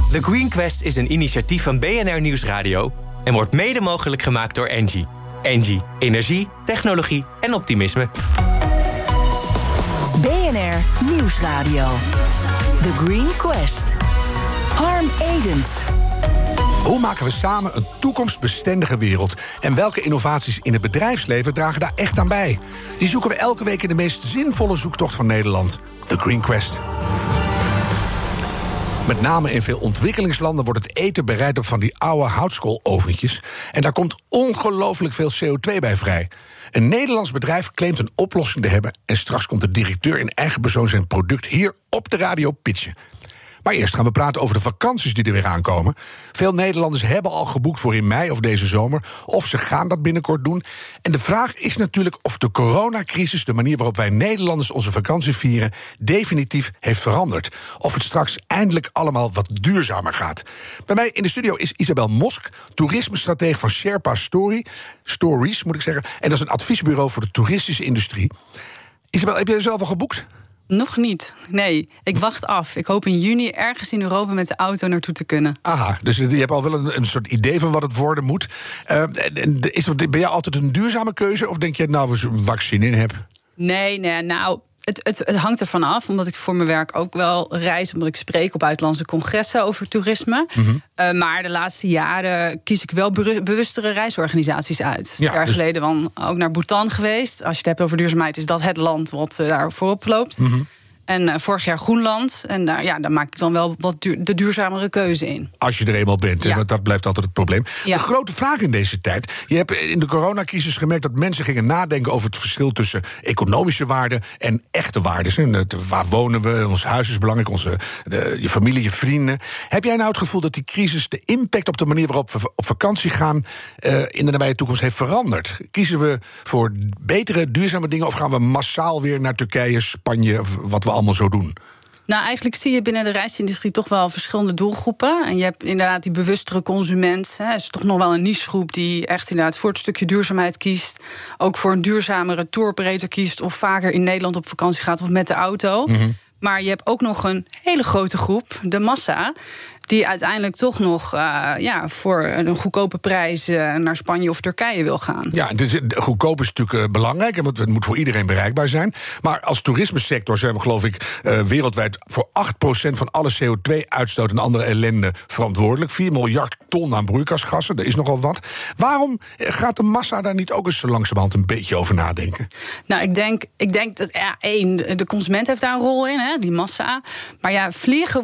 The Green Quest is een initiatief van BNR Nieuwsradio en wordt mede mogelijk gemaakt door Engie. Engie, energie, technologie en optimisme. BNR Nieuwsradio. The Green Quest. Harm Edens. Hoe maken we samen een toekomstbestendige wereld? En welke innovaties in het bedrijfsleven dragen daar echt aan bij? Die zoeken we elke week in de meest zinvolle zoektocht van Nederland. The Green Quest. Met name in veel ontwikkelingslanden wordt het eten bereid op van die oude houtskooloventjes. En daar komt ongelooflijk veel CO2 bij vrij. Een Nederlands bedrijf claimt een oplossing te hebben. En straks komt de directeur in eigen persoon zijn product hier op de radio pitchen. Maar eerst gaan we praten over de vakanties die er weer aankomen. Veel Nederlanders hebben al geboekt voor in mei of deze zomer. Of ze gaan dat binnenkort doen. En de vraag is natuurlijk of de coronacrisis, de manier waarop wij Nederlanders onze vakantie vieren, definitief heeft veranderd. Of het straks eindelijk allemaal wat duurzamer gaat. Bij mij in de studio is Isabel Mosk, toerismestratege van Sherpa Stories, moet ik zeggen. En dat is een adviesbureau voor de toeristische industrie. Isabel, heb jij zelf al geboekt? Nog niet, nee. Ik wacht af. Ik hoop in juni ergens in Europa met de auto naartoe te kunnen. Aha, dus je hebt al wel een soort idee van wat het worden moet. Ben jij altijd een duurzame keuze? Of denk je, waar ik zin in heb? Nee, nou, het hangt ervan af, omdat ik voor mijn werk ook wel reis, omdat ik spreek op buitenlandse congressen over toerisme. Mm-hmm. Maar de laatste jaren kies ik wel bewustere reisorganisaties uit. Ja, een jaar geleden dan ook naar Bhutan geweest. Als je het hebt over duurzaamheid, is dat het land wat daar voorop loopt. Mm-hmm. En vorig jaar Groenland. En daar maak ik dan wel de duurzamere keuze in. Als je er eenmaal bent, ja. Want dat blijft altijd het probleem. Ja. De grote vraag in deze tijd. Je hebt in de coronacrisis gemerkt dat mensen gingen nadenken over het verschil tussen economische waarden en echte waarden. Waar wonen we? Ons huis is belangrijk, je familie, je vrienden. Heb jij nou het gevoel dat die crisis de impact op de manier waarop we op vakantie gaan in de nabije toekomst heeft veranderd? Kiezen we voor betere, duurzame dingen of gaan we massaal weer naar Turkije, Spanje, wat we allemaal zo doen? Nou, eigenlijk zie je binnen de reisindustrie toch wel verschillende doelgroepen. En je hebt inderdaad die bewustere consument. Het is toch nog wel een nichegroep die echt inderdaad voor het stukje duurzaamheid kiest. Ook voor een duurzamere touroperator kiest of vaker in Nederland op vakantie gaat of met de auto. Mm-hmm. Maar je hebt ook nog een hele grote groep, de massa, die uiteindelijk toch nog voor een goedkope prijs naar Spanje of Turkije wil gaan. Ja, goedkoop is natuurlijk belangrijk, want het moet voor iedereen bereikbaar zijn. Maar als toerismesector zijn we, geloof ik, wereldwijd voor 8% van alle CO2-uitstoot en andere ellende verantwoordelijk. 4 miljard ton aan broeikasgassen, dat is nogal wat. Waarom gaat de massa daar niet ook eens zo langzamerhand een beetje over nadenken? Nou, ik denk dat de consument heeft daar een rol in, hè, die massa. Maar vliegen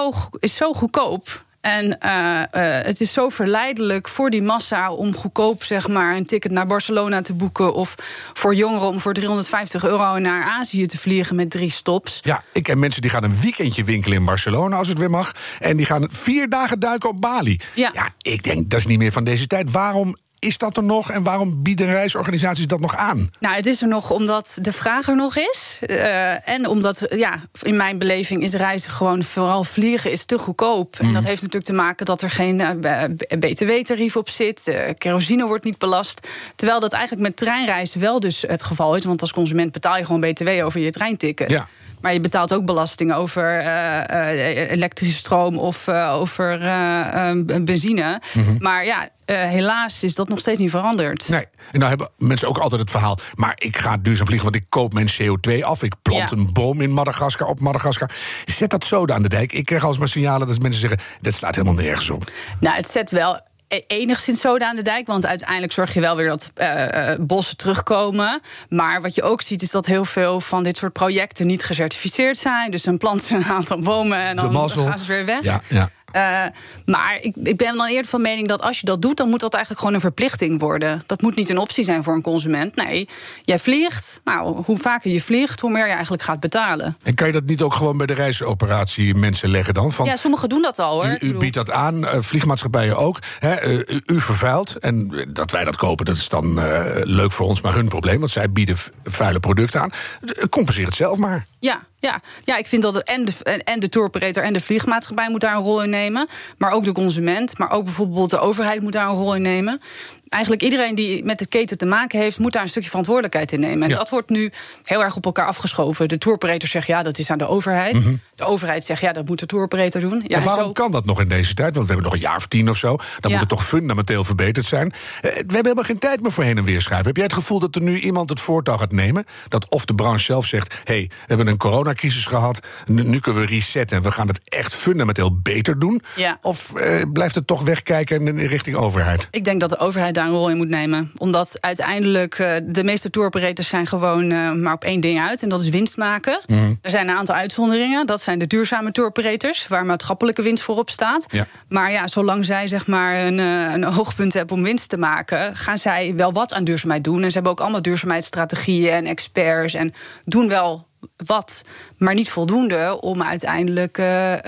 is zo goedkoop. En het is zo verleidelijk voor die massa om goedkoop een ticket naar Barcelona te boeken, of voor jongeren om voor €350 naar Azië te vliegen met 3 stops. Ja, ik ken mensen die gaan een weekendje winkelen in Barcelona, als het weer mag, en die gaan 4 dagen duiken op Bali. Ja, ik denk, dat is niet meer van deze tijd. Waarom is dat er nog en waarom bieden reisorganisaties dat nog aan? Nou, het is er nog omdat de vraag er nog is. En omdat, in mijn beleving is reizen gewoon, vooral vliegen, is te goedkoop. En dat heeft natuurlijk te maken dat er geen btw-tarief op zit. Kerosine wordt niet belast. Terwijl dat eigenlijk met treinreizen wel dus het geval is. Want als consument betaal je gewoon btw over je treinticket. Ja. Maar je betaalt ook belasting over elektrische stroom of over benzine. Mm-hmm. Maar helaas is dat nog steeds niet veranderd. Nee, en nou hebben mensen ook altijd het verhaal, maar ik ga duurzaam vliegen, want ik koop mijn CO2 af. Ik plant een boom in Madagaskar, Zet dat zoden aan de dijk. Ik krijg alsmaar maar signalen dat mensen zeggen, dat slaat helemaal nergens op. Nou, het zet wel enigszins zoden aan de dijk, want uiteindelijk zorg je wel weer dat bossen terugkomen. Maar wat je ook ziet is dat heel veel van dit soort projecten niet gecertificeerd zijn. Dus dan planten ze een aantal bomen en dan gaan ze weer weg. Ja. Maar ik ben dan eerder van mening dat als je dat doet, dan moet dat eigenlijk gewoon een verplichting worden. Dat moet niet een optie zijn voor een consument. Nee, jij vliegt. Nou, hoe vaker je vliegt, hoe meer je eigenlijk gaat betalen. En kan je dat niet ook gewoon bij de reisoperatie mensen leggen dan? Ja, sommigen doen dat al, hoor. U biedt dat aan, vliegmaatschappijen ook. U vervuilt. En dat wij dat kopen, dat is dan leuk voor ons, maar hun probleem. Want zij bieden vuile producten aan. Compenseer het zelf maar. Ja, ik vind dat en de touroperator en de vliegmaatschappij moet daar een rol in nemen. Maar ook de consument, maar ook bijvoorbeeld de overheid moet daar een rol in nemen. eigenlijk iedereen die met de keten te maken heeft, moet daar een stukje verantwoordelijkheid in nemen. En dat wordt nu heel erg op elkaar afgeschoven. De touroperator zegt, ja, dat is aan de overheid. Mm-hmm. De overheid zegt, ja, dat moet de touroperator doen. Ja, maar waarom kan dat nog in deze tijd? Want we hebben nog een jaar of 10 of zo. Dan moet het toch fundamenteel verbeterd zijn. We hebben helemaal geen tijd meer voor heen en weer schuiven. Heb jij het gevoel dat er nu iemand het voortouw gaat nemen? Dat of de branche zelf zegt, we hebben een coronacrisis gehad, nu kunnen we resetten en we gaan het echt fundamenteel beter doen? Ja. Of blijft het toch wegkijken in richting overheid? Ik denk dat de overheid daar een rol in moet nemen. Omdat uiteindelijk de meeste touroperators zijn gewoon maar op één ding uit. En dat is winst maken. Mm. Er zijn een aantal uitzonderingen. Dat zijn de duurzame touroperators, waar maatschappelijke winst voorop staat. Ja. Maar ja, zolang zij zeg maar een hoogpunt hebben om winst te maken, gaan zij wel wat aan duurzaamheid doen. En ze hebben ook allemaal duurzaamheidsstrategieën en experts en doen wel wat, maar niet voldoende om uiteindelijk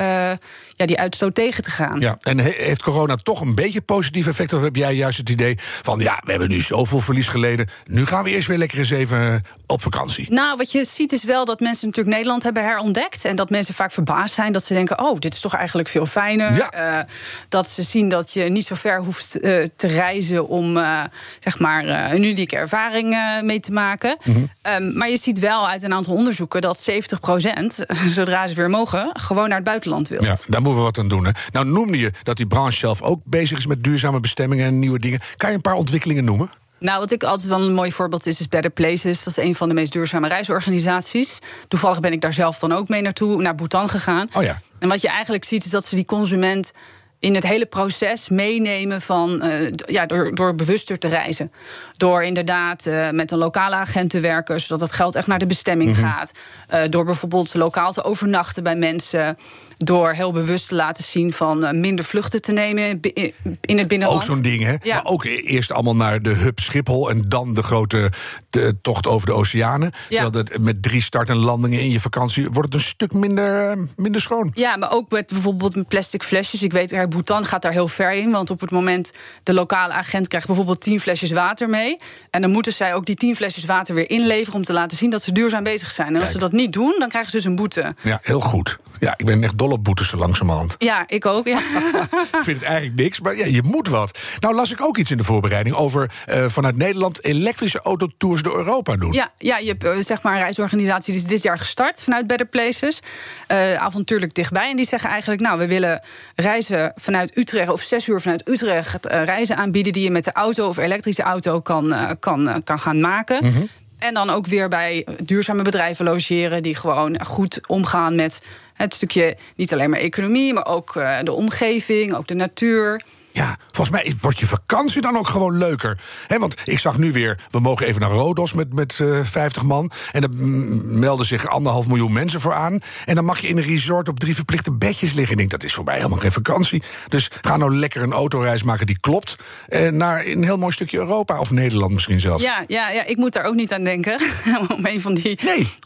die uitstoot tegen te gaan. Ja, en heeft corona toch een beetje positief effect? Of heb jij juist het idee van, we hebben nu zoveel verlies geleden, nu gaan we eerst weer lekker eens even op vakantie? Nou, wat je ziet is wel dat mensen natuurlijk Nederland hebben herontdekt en dat mensen vaak verbaasd zijn, dat ze denken, dit is toch eigenlijk veel fijner. Ja. Dat ze zien dat je niet zo ver hoeft te reizen om een unieke ervaring mee te maken. Mm-hmm. Maar je ziet wel uit een aantal onderzoeken dat 70%, zodra ze weer mogen, gewoon naar het buitenland wil. Ja, daar moeten we wat aan doen. Hè. Nou noemde je dat die branche zelf ook bezig is met duurzame bestemmingen en nieuwe dingen. Kan je een paar ontwikkelingen noemen? Nou, wat ik altijd wel een mooi voorbeeld is Better Places. Dat is een van de meest duurzame reisorganisaties. Toevallig ben ik daar zelf dan ook mee naar Bhutan gegaan. Oh ja. En wat je eigenlijk ziet is dat ze die consument in het hele proces meenemen van door bewuster te reizen. Door inderdaad met een lokale agent te werken, zodat het geld echt naar de bestemming gaat. Door bijvoorbeeld lokaal te overnachten bij mensen. Door heel bewust te laten zien van minder vluchten te nemen in het binnenland. Ook zo'n ding, hè? Ja. Maar ook eerst allemaal naar de hub Schiphol en dan de grote tocht over de oceanen. Ja. Dat met 3 start- en landingen in je vakantie wordt het een stuk minder schoon. Ja, maar ook bijvoorbeeld met plastic flesjes. Ik weet, Bhutan gaat daar heel ver in. Want op het moment de lokale agent krijgt bijvoorbeeld 10 flesjes water mee. En dan moeten zij ook die 10 flesjes water weer inleveren om te laten zien dat ze duurzaam bezig zijn. En als ze dat niet doen, dan krijgen ze dus een boete. Ja, heel goed. Ja, ik ben echt dol op boetes zo langzamerhand. Ja, ik ook, ja. Ik vind het eigenlijk niks, maar je moet wat. Nou las ik ook iets in de voorbereiding over vanuit Nederland elektrische autotours door Europa doen. Ja, je hebt een reisorganisatie die is dit jaar gestart vanuit Better Places. Avontuurlijk dichtbij. En die zeggen eigenlijk, we willen reizen vanuit Utrecht of 6 uur vanuit Utrecht reizen aanbieden die je met de auto of elektrische auto kan gaan maken. Mm-hmm. En dan ook weer bij duurzame bedrijven logeren die gewoon goed omgaan met het stukje niet alleen maar economie, maar ook de omgeving, ook de natuur. Ja, volgens mij wordt je vakantie dan ook gewoon leuker. Want ik zag nu weer, we mogen even naar Rodos met 50 man. En daar melden zich 1,5 miljoen mensen voor aan. En dan mag je in een resort op 3 verplichte bedjes liggen. Ik denk, dat is voor mij helemaal geen vakantie. Dus ga nou lekker een autoreis maken die klopt. Naar een heel mooi stukje Europa of Nederland misschien zelfs. Ja, ik moet daar ook niet aan denken. Om een van die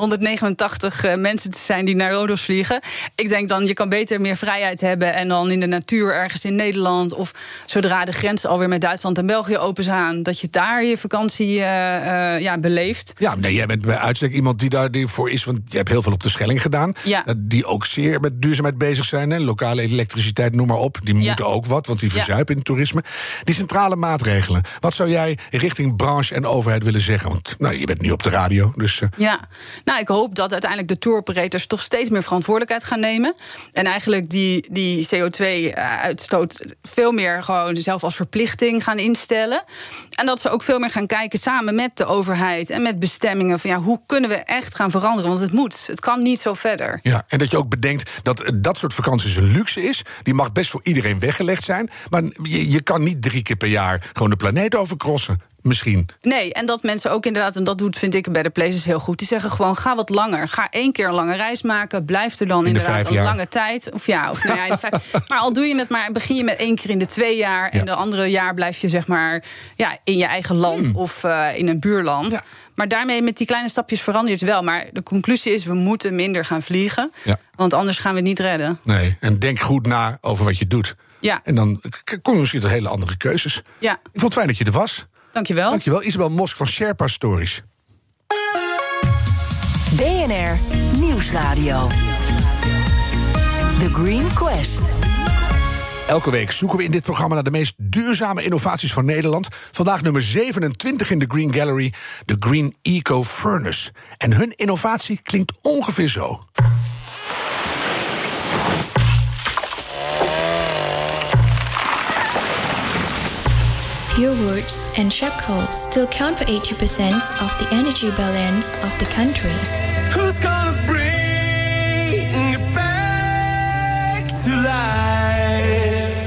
189 mensen te zijn die naar Rodos vliegen. Ik denk dan, je kan beter meer vrijheid hebben en dan in de natuur ergens in Nederland of zodra de grenzen alweer met Duitsland en België open zijn, dat je daar je vakantie beleeft. Ja, nee, jij bent bij uitstek iemand die daarvoor is, want je hebt heel veel op de Schelling gedaan. Ja. Die ook zeer met duurzaamheid bezig zijn. Hè. Lokale elektriciteit, noem maar op. Die moeten ook wat, want die verzuipen in het toerisme. Die centrale maatregelen. Wat zou jij richting branche en overheid willen zeggen? Want je bent nu op de radio. Dus, Ja, ik hoop dat uiteindelijk de touroperators toch steeds meer verantwoordelijkheid gaan nemen. En eigenlijk die CO2-uitstoot veel meer gewoon zelf als verplichting gaan instellen. En dat ze ook veel meer gaan kijken samen met de overheid en met bestemmingen van hoe kunnen we echt gaan veranderen? Want het moet. Het kan niet zo verder. Ja, en dat je ook bedenkt dat soort vakanties een luxe is. Die mag best voor iedereen weggelegd zijn. Maar je kan niet 3 keer per jaar gewoon de planeet overcrossen. Misschien. Nee, en dat mensen ook inderdaad, en dat doet, vind ik, bij de Places heel goed. Die zeggen gewoon, ga wat langer. Ga 1 keer een lange reis maken. Blijf er dan inderdaad een lange tijd. Maar al doe je het maar, begin je met 1 keer in de 2 jaar. En de andere jaar blijf je in je eigen land of in een buurland. Ja. Maar daarmee met die kleine stapjes verandert het wel. Maar de conclusie is, we moeten minder gaan vliegen. Ja. Want anders gaan we het niet redden. Nee, en denk goed na over wat je doet. Ja. En dan kom je misschien tot hele andere keuzes. Ja. Ik vond het fijn dat je er was. Dankjewel. Isabel Mosk van Sherpa Stories. BNR Nieuwsradio. The Green Quest. Elke week zoeken we in dit programma naar de meest duurzame innovaties van Nederland. Vandaag nummer 27 in de Green Gallery, de Green Eco Furnace. En hun innovatie klinkt ongeveer zo. Pure wood and charcoal still count for 80% of the energy balance of the country. Who's gonna bring it back to life?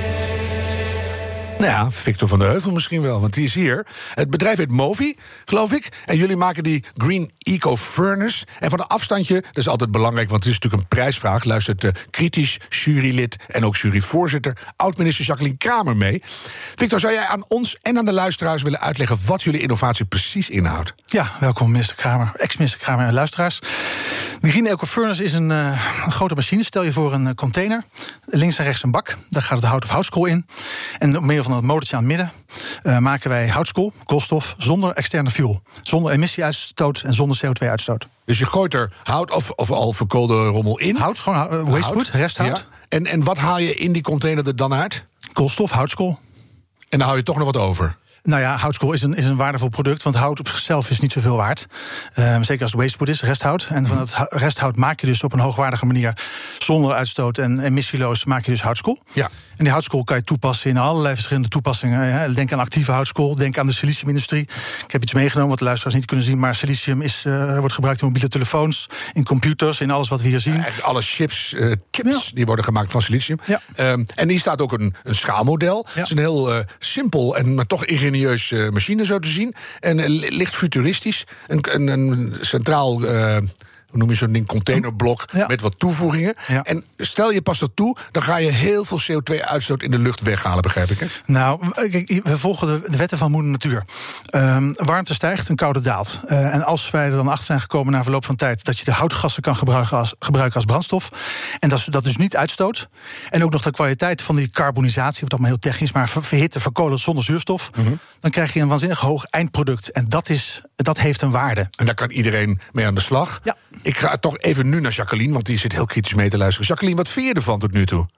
Nou ja, Victor van der Heuvel misschien wel, want die is hier. Het bedrijf heet Movi, geloof ik. En jullie maken die Green Eco Furnace. En van een afstandje, dat is altijd belangrijk, want het is natuurlijk een prijsvraag, luistert kritisch jurylid en ook juryvoorzitter, oud-minister Jacqueline Kramer mee. Victor, zou jij aan ons en aan de luisteraars willen uitleggen wat jullie innovatie precies inhoudt? Ja, welkom minister Kramer, ex-minister Kramer en luisteraars. De Green Eco Furnace is een grote machine. Stel je voor een container, links en rechts een bak. Daar gaat het hout of houtskool in. En door middel van het motortje aan het midden maken wij houtskool, koolstof, zonder externe fuel. Zonder emissieuitstoot en zonder CO2-uitstoot. Dus je gooit er hout of al verkoolde rommel in? Hout, gewoon wastewood, resthout. Ja. En wat haal je in die container er dan uit? Koolstof, houtskool. En dan hou je toch nog wat over? Nou ja, houtskool is een waardevol product, want hout op zichzelf is niet zoveel waard. Zeker als het wastewood is, resthout. En van het resthout maak je dus op een hoogwaardige manier, zonder uitstoot en emissieloos, maak je dus houtskool. Ja. En die houtskool kan je toepassen in allerlei verschillende toepassingen. Denk aan actieve houtskool, denk aan de siliciumindustrie. Ik heb iets meegenomen wat de luisteraars niet kunnen zien, maar silicium wordt gebruikt in mobiele telefoons, in computers, in alles wat we hier zien. Eigenlijk alle chips die worden gemaakt van silicium. Ja. En hier staat ook een schaalmodel. Het is een heel simpel en maar toch ingenieus machine zo te zien. En licht futuristisch. Een centraal, hoe noem je zo'n ding, containerblok met wat toevoegingen. Ja. En stel je past dat toe, dan ga je heel veel CO2-uitstoot in de lucht weghalen, begrijp ik, hè? Nou, kijk, we volgen de wetten van moeder natuur. Warmte stijgt en koude daalt. En als wij er dan achter zijn gekomen na verloop van tijd dat je de houtgassen kan gebruiken als brandstof, en dat dus niet uitstoot, en ook nog de kwaliteit van die carbonisatie, wordt allemaal heel technisch, maar verhitten, verkolen zonder zuurstof, dan krijg je een waanzinnig hoog eindproduct. En dat heeft een waarde. En daar kan iedereen mee aan de slag. Ja. Ik ga toch even nu naar Jacqueline, want die zit heel kritisch mee te luisteren. Jacqueline, wat vind je ervan tot nu toe?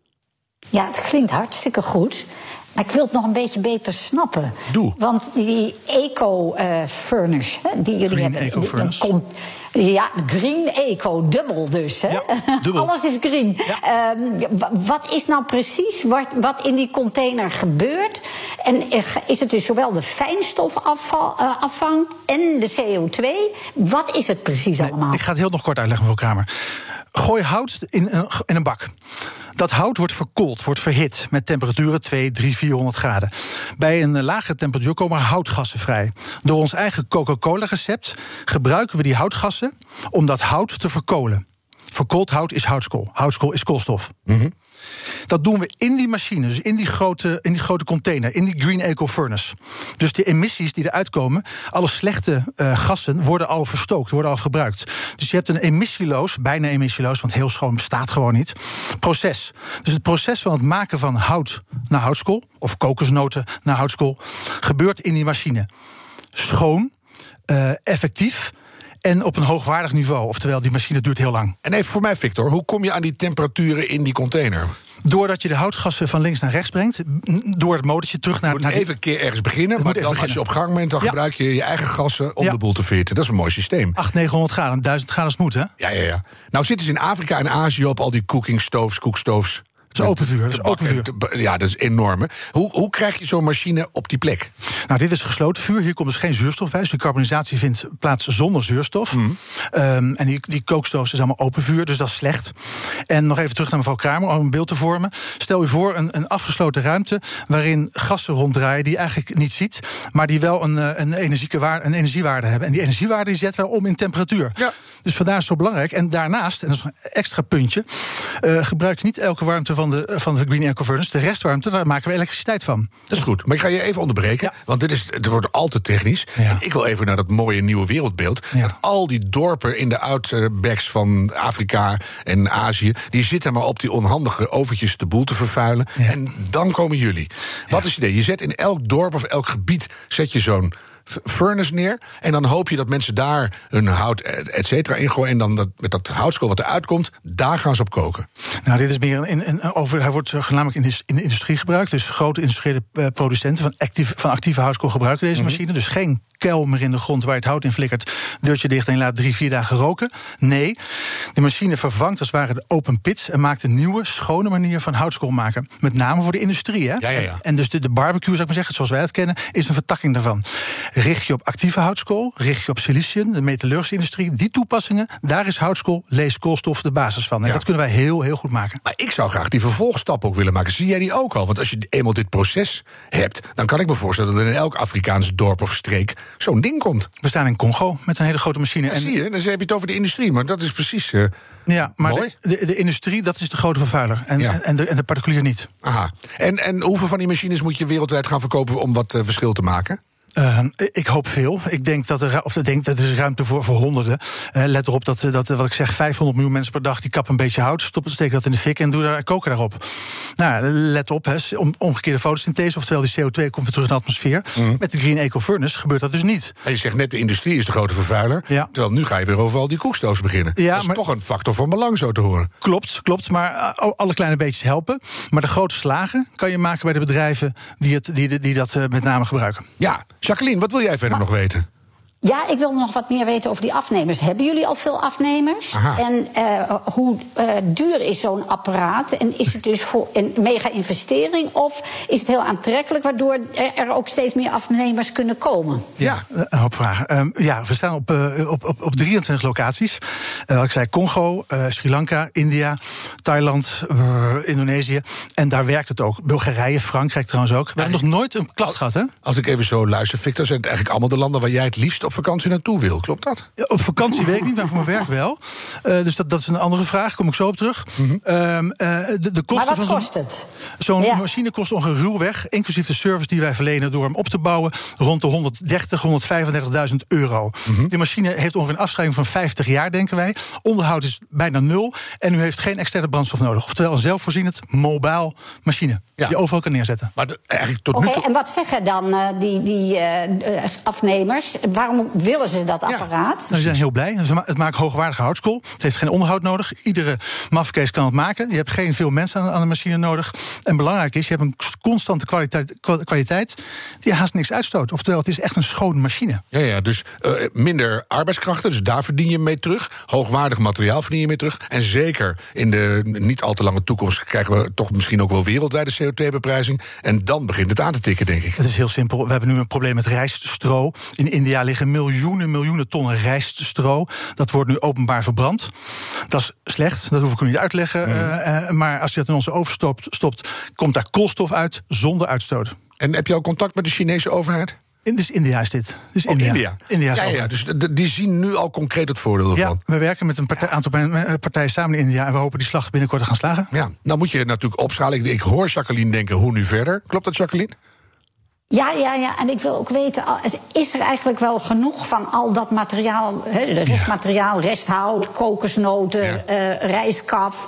Ja, het klinkt hartstikke goed. Maar ik wil het nog een beetje beter snappen. Doe. Want die eco-furnace die jullie Green hebben... Eco-furnace. Ja, green eco, dubbel dus. Hè? Ja, dubbel. Alles is green. Ja. Wat is nou precies wat in die container gebeurt? En is het dus zowel de fijnstofafvang en de CO2? Wat is het precies allemaal? Ik ga het heel nog kort uitleggen, mevrouw Kramer. Gooi hout in een bak. Dat hout wordt verkoold, wordt verhit met temperaturen 200, 300, 400 graden. Bij een lagere temperatuur komen er houtgassen vrij. Door ons eigen Coca-Cola-recept gebruiken we die houtgassen om dat hout te verkolen. Verkoold hout is houtskool. Houtskool is koolstof. Dat doen we in die machine, dus in die grote container, in die Green Eco Furnace. Dus de emissies die eruit komen, alle slechte gassen worden al verstookt, worden al gebruikt. Dus je hebt een emissieloos, bijna emissieloos, want heel schoon bestaat gewoon niet, proces. Dus het proces van het maken van hout naar houtskool, of kokosnoten naar houtskool, gebeurt in die machine. Schoon, effectief en op een hoogwaardig niveau. Oftewel, die machine duurt heel lang. En even voor mij, Victor, hoe kom je aan die temperaturen in die container? Doordat je de houtgassen van links naar rechts brengt, door het motortje terug naar... Je moet even een keer ergens beginnen, maar dan als je op gang bent, dan gebruik je je eigen gassen om de boel te verhitten. Dat is een mooi systeem. 800, 900 graden, 1000 graden is moet, hè? Ja. Nou zitten ze in Afrika en Azië op al die cooking stoves, kookstoves. Dat is open vuur. Ja, dat is enorm. Hè? Hoe krijg je zo'n machine op die plek? Nou, dit is gesloten vuur. Hier komt dus geen zuurstof bij. Dus de carbonisatie vindt plaats zonder zuurstof. En die kookstoves is allemaal open vuur, dus dat is slecht. En nog even terug naar mevrouw Kramer, om een beeld te vormen. Stel u voor een afgesloten ruimte waarin gassen ronddraaien die je eigenlijk niet ziet, maar die wel een energiewaarde hebben. En die energiewaarde die zetten we om in temperatuur. Ja. Dus vandaar is het zo belangrijk. En daarnaast, en dat is een extra puntje, gebruik je niet elke warmte van de Green Eco Furnace. De restwarmte, daar maken we elektriciteit van. Dat is goed. Maar ik ga je even onderbreken, want het wordt al te technisch. Ja. En ik wil even naar dat mooie nieuwe wereldbeeld. Ja. Dat al die dorpen in de outbacks van Afrika en Azië, die zitten maar op die onhandige oventjes de boel te vervuilen. Ja. En dan komen jullie. Wat is het idee? Je zet in elk dorp of elk gebied zet je zo'n furnace neer. En dan hoop je dat mensen daar hun hout, et cetera, ingooien. En dan met dat houtskool wat eruit komt, daar gaan ze op koken. Nou, dit is meer hij wordt voornamelijk in de industrie gebruikt. Dus grote industriële producenten van actieve houtskool gebruiken deze machine. Dus geen kuil meer in de grond waar je het hout in flikkert, deurtje dicht en je laat 3-4 dagen roken. Nee, de machine vervangt als het ware de open pits en maakt een nieuwe, schone manier van houtskool maken. Met name voor de industrie. Hè? Ja. En dus de barbecue, zou ik maar zeggen, zoals wij het kennen, is een vertakking daarvan. Richt je op actieve houtskool, richt je op silicium, de metallurgische industrie, die toepassingen, daar is houtskool, lees koolstof, de basis van. En dat kunnen wij heel, heel goed maken. Maar ik zou graag die vervolgstap ook willen maken. Zie jij die ook al? Want als je eenmaal dit proces hebt, dan kan ik me voorstellen dat in elk Afrikaans dorp of streek zo'n ding komt. We staan in Congo met een hele grote machine. Ja, zie je, dan heb je het over de industrie, maar dat is precies ja, maar mooi. De industrie, dat is de grote vervuiler. En de particulier niet. Aha. En hoeveel van die machines moet je wereldwijd gaan verkopen om wat verschil te maken? Ik hoop veel. Ik denk dat er is ruimte voor honderden. Let erop dat wat ik zeg, 500 miljoen mensen per dag die kappen een beetje hout, steken dat in de fik en koken daarop. Nou, let op, omgekeerde fotosynthese, oftewel die CO2 komt weer terug in de atmosfeer. Met de Green Eco Furnace gebeurt dat dus niet. En je zegt net, de industrie is de grote vervuiler. Ja. Terwijl nu ga je weer over al die koekstoves beginnen. Ja, dat is toch een factor van belang, zo te horen. Klopt, maar alle kleine beetjes helpen. Maar de grote slagen kan je maken bij de bedrijven die dat met name gebruiken. Ja. Jacqueline, wat wil jij verder nog weten? Ja, ik wil nog wat meer weten over die afnemers. Hebben jullie al veel afnemers? Aha. En hoe duur is zo'n apparaat? En is het dus voor een mega investering? Of is het heel aantrekkelijk, waardoor er ook steeds meer afnemers kunnen komen? Ja, een hoop vragen. We staan op 23 locaties. Wat ik zei, Congo, Sri Lanka, India, Thailand, Indonesië. En daar werkt het ook. Bulgarije, Frankrijk trouwens ook. We hebben nog nooit een klacht gehad, hè? Als ik even zo luister, Victor, zijn het eigenlijk allemaal de landen waar jij het liefst op vakantie naartoe wil, klopt dat? Ja, op vakantie weet ik niet, maar voor mijn werk wel. Dus dat is een andere vraag, kom ik zo op terug. De kosten maar wat kost het? Zo'n machine kost ongeveer ruwweg, inclusief de service die wij verlenen door hem op te bouwen, rond de 135.000 euro. Die machine heeft ongeveer een afschrijving van 50 jaar, denken wij. Onderhoud is bijna 0 en u heeft geen externe brandstof nodig. Oftewel een zelfvoorzienend mobiel machine die je overal kan neerzetten. Maar eigenlijk tot nu toe... En wat zeggen dan die afnemers? Waarom willen ze dat apparaat? Nou, ze zijn heel blij. Het maakt hoogwaardige houtskool. Het heeft geen onderhoud nodig. Iedere mafkees kan het maken. Je hebt geen veel mensen aan de machine nodig. En belangrijk is, je hebt een constante kwaliteit die haast niks uitstoot. Oftewel, het is echt een schone machine. Ja, dus minder arbeidskrachten, dus daar verdien je mee terug. Hoogwaardig materiaal verdien je mee terug. En zeker in de niet al te lange toekomst krijgen we toch misschien ook wel wereldwijde CO2-beprijzing. En dan begint het aan te tikken, denk ik. Het is heel simpel. We hebben nu een probleem met rijststro. In India liggen miljoenen tonnen rijststro. Dat wordt nu openbaar verbrand. Dat is slecht, dat hoef ik u niet uit te leggen. Maar als je dat in onze oven stopt, komt daar koolstof uit zonder uitstoot. En heb je al contact met de Chinese overheid? Dus India is dit. Dus India. Ja, dus die zien nu al concreet het voordeel ervan. Ja, we werken met een aantal partijen samen in India en we hopen die slag binnenkort te gaan slagen. Ja, nou moet je natuurlijk opschalen. Ik hoor Jacqueline denken, hoe nu verder? Klopt dat, Jacqueline? Ja, en ik wil ook weten, is er eigenlijk wel genoeg van al dat materiaal, de restmateriaal, resthout, kokosnoten, rijstkaf,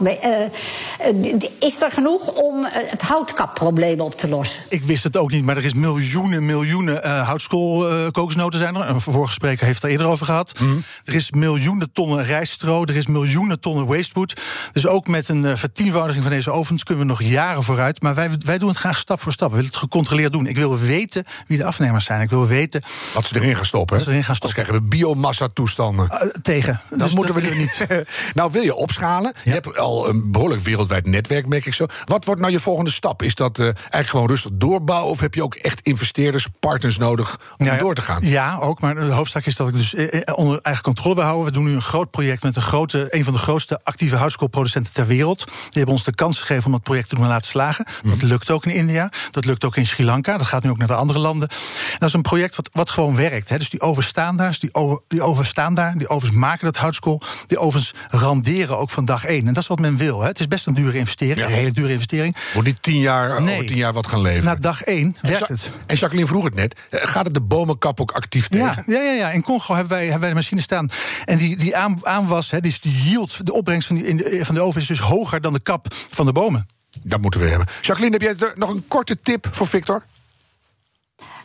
is er genoeg om het houtkapprobleem op te lossen? Ik wist het ook niet, maar er is miljoenen houtskool, kokosnoten zijn er. Een vorige spreker heeft het er eerder over gehad. Er is miljoenen tonnen rijststro, er is miljoenen tonnen wastewood. Dus ook met een vertienvoudiging van deze ovens kunnen we nog jaren vooruit. Maar wij doen het graag stap voor stap. We willen het gecontroleerd doen. Ik wil weten wie de afnemers zijn. Ik wil weten wat ze erin gaan stoppen. Anders krijgen we biomassa-toestanden. Tegen. Dat moeten we niet. Nou, wil je opschalen? Ja. Je hebt al een behoorlijk wereldwijd netwerk, merk ik zo. Wat wordt nou je volgende stap? Is dat eigenlijk gewoon rustig doorbouwen? Of heb je ook echt investeerders, partners nodig om door te gaan? Ja, ook. Maar de hoofdzaak is dat ik dus onder eigen controle wil houden. We doen nu een groot project met een van de grootste actieve houtskoolproducenten ter wereld. Die hebben ons de kans gegeven om het project te doen laten slagen. Dat lukt ook in India. Dat lukt ook in Sri Lanka. Dat gaat nu ook naar de andere landen. Dat is een project wat gewoon werkt. Dus die ovens staan daar, die ovens maken dat houtskool, die ovens randeren ook van dag 1. En dat is wat men wil. Het is best een dure investering, een hele dure investering. Wordt niet 10 jaar, over 10 jaar wat gaan leveren? Na dag 1 werkt het. En Jacqueline vroeg het net, gaat het de bomenkap ook actief tegen? Ja. In Congo hebben wij de machine staan. En die aanwas, dus die yield, de opbrengst van de oven is dus hoger dan de kap van de bomen. Dat moeten we hebben. Jacqueline, heb jij nog een korte tip voor Victor?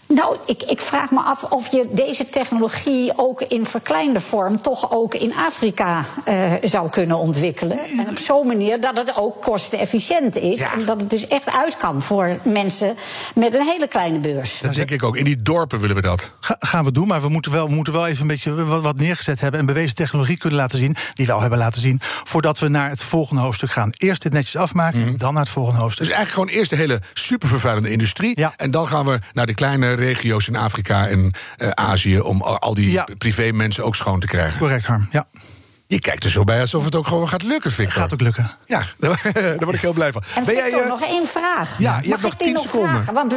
Nou, ik vraag me af of je deze technologie ook in verkleinde vorm toch ook in Afrika zou kunnen ontwikkelen. En op zo'n manier dat het ook kostenefficiënt is. Ja. En dat het dus echt uit kan voor mensen met een hele kleine beurs. Dat denk ik ook. In die dorpen willen we dat. Gaan we doen, maar we moeten wel even een beetje wat neergezet hebben en bewezen technologie kunnen laten zien, die we al hebben laten zien, voordat we naar het volgende hoofdstuk gaan. Eerst dit netjes afmaken, dan naar het volgende hoofdstuk. Dus eigenlijk gewoon eerst de hele supervervuilende industrie. Ja. En dan gaan we naar de kleine regio's in Afrika en Azië om al die privé mensen ook schoon te krijgen. Correct, Harm. Ja. Je kijkt er zo bij alsof het ook gewoon gaat lukken, Victor. Het gaat ook lukken. Ja, daar word ik heel blij van. En Victor, nog één vraag. Ja, je hebt nog 10 seconden. Vragen? Want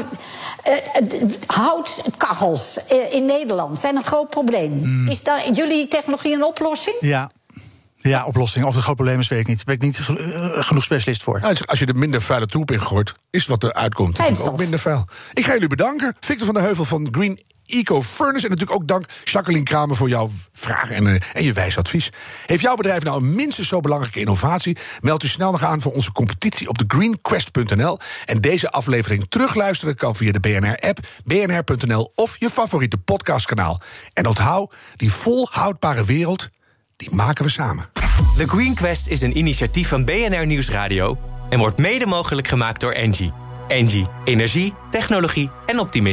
houtkachels in Nederland zijn een groot probleem. Is daar jullie technologie een oplossing? Ja, oplossing. Of het een groot probleem is, weet ik niet. Daar ben ik niet genoeg specialist voor. Nou, als je er minder vuile troep in gooit, is wat er uitkomt. Ook minder vuil. Ik ga jullie bedanken. Victor van der Heuvel van Green Eco Furnace. En natuurlijk ook dank Jacqueline Kramer voor jouw vragen en je wijs advies. Heeft jouw bedrijf nou een minstens zo belangrijke innovatie? Meld u snel nog aan voor onze competitie op thegreenquest.nl. En deze aflevering terugluisteren kan via de BNR-app, bnr.nl of je favoriete podcastkanaal. En onthoud, die volhoudbare wereld, die maken we samen. The Green Quest is een initiatief van BNR Nieuwsradio en wordt mede mogelijk gemaakt door Engie. Engie, energie, technologie en optimisme.